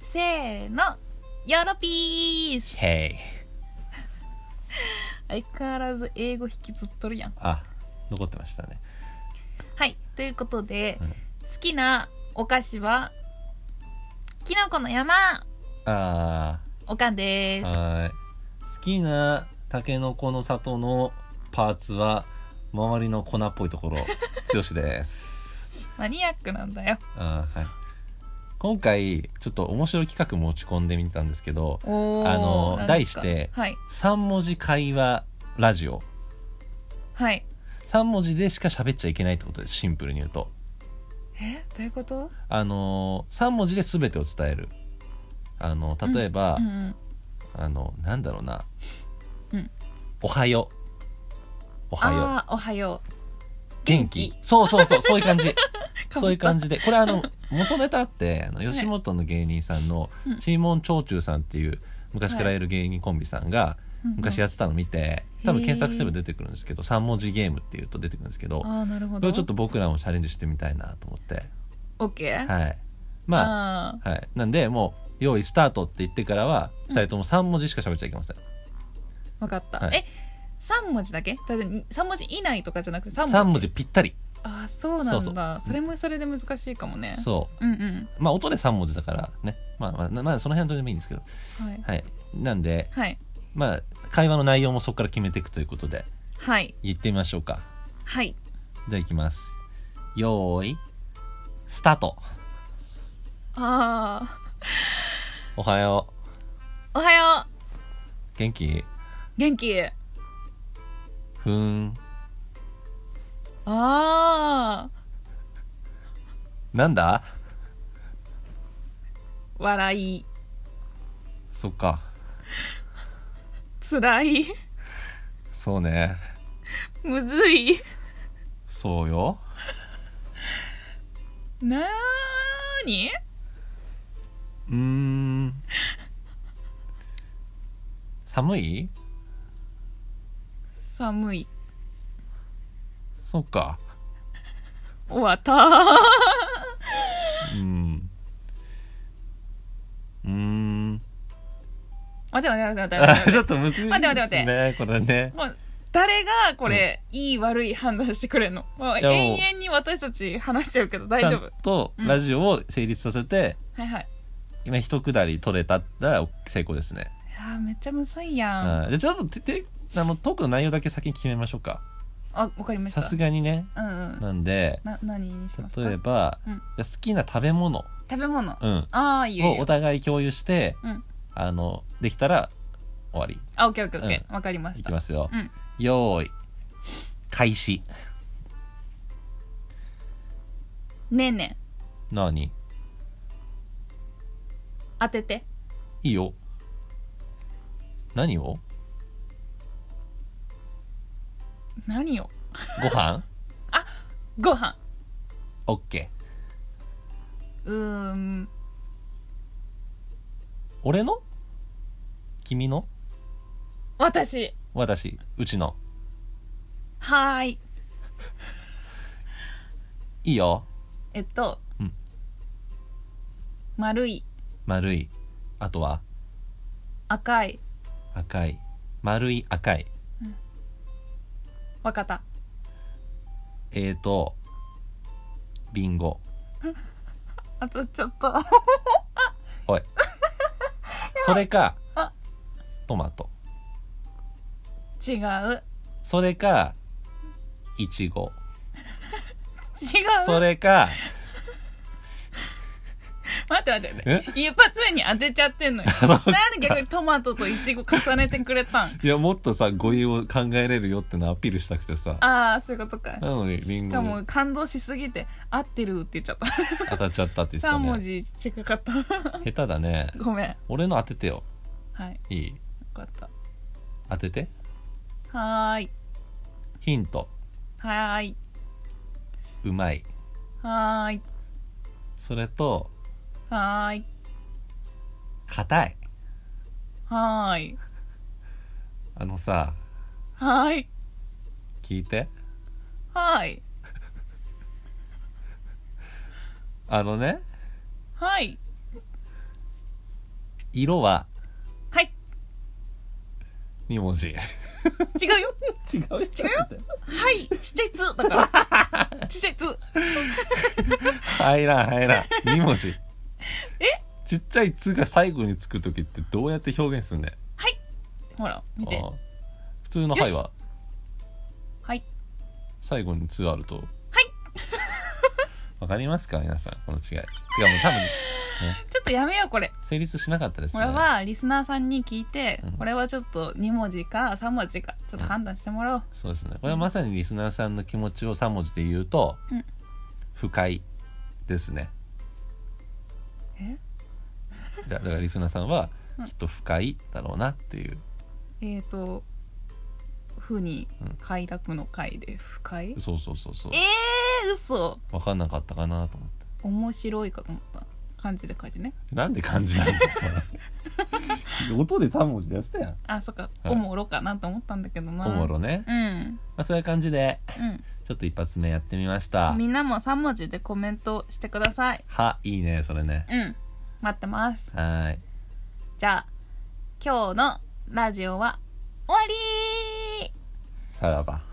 せーの、ヨーロピース。 ヘイ。 相変わらず英語引きずっとるやん。 あ、残ってましたね。 はい、ということで、 うん、 好きなお菓子はきのこの山。おかんです。 はい。好きなタケノコの里のパーツは周りの粉っぽいところ。つよしです。 マニアックなんだよ。 はい。今回ちょっと面白い企画持ち込んでみたんですけど、題して、 はい、 3文字会話ラジオ。 はい。 3文字でしか喋っちゃいけないってことです。シンプルに言うと。 どういうこと？ 3文字で全てを伝える。例えば、なんだろうな、おはよう、おはよう、 おはよう、 元気、そうそういう感じそういう感じで、これ元ネタあって吉本の芸人さんのシーモン長州さんっていう昔からいる芸人コンビさんが昔やってたの見て、多分検索すれば出てくるんですけど、3文字ゲームっていうと出てくるんですけど、 なるほど。 これちょっと僕らもチャレンジしてみたいなと思って。 OK。 はい。まあ、はい、なんでもう用意スタートって言ってからは2人とも3文字しか喋っちゃいけません。 分かった、 はい、 3文字だけ？だって3文字以内とかじゃなくて3 文字ぴったり。 そうなんだ。それもそれで難しいかもね。 そう、まあ音で3文字だからね、まあその辺はどれでもいいんですけど、はい、なんで、 はい、 まあ会話の内容もそこから決めていくということで、 はい、 言ってみましょうか。 はい。 じゃあいきます。よーいスタート。おはよう。おはよう。元気？ 元気。 ふーん。なんだ？ 笑い。 そっか。 つらい。 そうね。 むずい。 そうよ。 なーに？ 寒い？ 寒い。 そっか。 終わった待てちょっとむずいですね。 待てこれね。 もう誰がこれ、いい悪い判断してくれんの？もう永遠に私たち話しちゃうけど大丈夫。 ちゃんとラジオを成立させて、 はいはい。 今一くだり取れたら成功ですね。 いやめっちゃむずいやん。 じゃあちょっとトークの内容だけ先に決めましょうか。 わかりました。 さすがにね。なんで何にしますか？ 例えば、好きな食べ物。 いいよ。 をお互い共有して、できたら終わり。 オッケー。わかりました。 いきますよ。よーい開始。 ねえねえ。何？ 当てて。 いいよ。何を？ 何を？ ご飯？ ご飯。 オッケー。 俺の？君の？ 私。 うちの。 はーい。 いいよ。 丸い。 あとは？ 赤い。 丸い赤い。 わかった。 リンゴ。 あとちょっとおいそれかトマト。 違う。 それかイチゴ。 違う。 それか待って一発目に当てちゃってんのよ。なんで逆にトマトとイチゴ重ねてくれたん？ いやもっとさ語彙を考えれるよってのアピールしたくてさ。 そういうことか。 なのにリンゴ。 しかも感動しすぎて合ってるって言っちゃった。 当たっちゃったって言ってたね。 3文字近かった。 下手だね。 ごめん。 俺の当ててよ。 はい。 いい？ 分かった。 当てて。 はーい。 ヒント。 はーい。 うまい。 はーい。 それとはーい。 硬い。 はーい。 さ、 はーい。 聞いて。 はい。 ね、 はい。 色ははい 2文字。 違うよ違うよ。 はいちっちゃいつだからちっちゃいつ入らん2文字。ちっちゃいつが最後につくときってどうやって表現すんねん。 はいほら見て。 普通のはいははい最後につあると。 はいわかりますか皆さん、この違い。いやもう多分ねちょっとやめようこれ。 成立しなかったですね。 これはリスナーさんに聞いて、 うんこれはちょっと2文字か3文字かちょっと判断してもらおう。 そうですね。これはまさにリスナーさんの気持ちを3文字で言うと、不快ですね。だからリスナーさんはきっと不快だろうなっていう。 不に快楽の快で不快。 そう嘘。 分かんなかったかなと思って。 面白いかと思った。漢字で書いてね。 なんで漢字なんですか音で3文字でやってたやん。 あ、そっか、おもろかなと思ったんだけどな。 おもろね。そういう感じで、ちょっと一発目やってみました。 みんなも3文字でコメントしてください。 いいねそれね。 待ってます。 はい。 じゃあ今日のラジオは終わり。 さらば。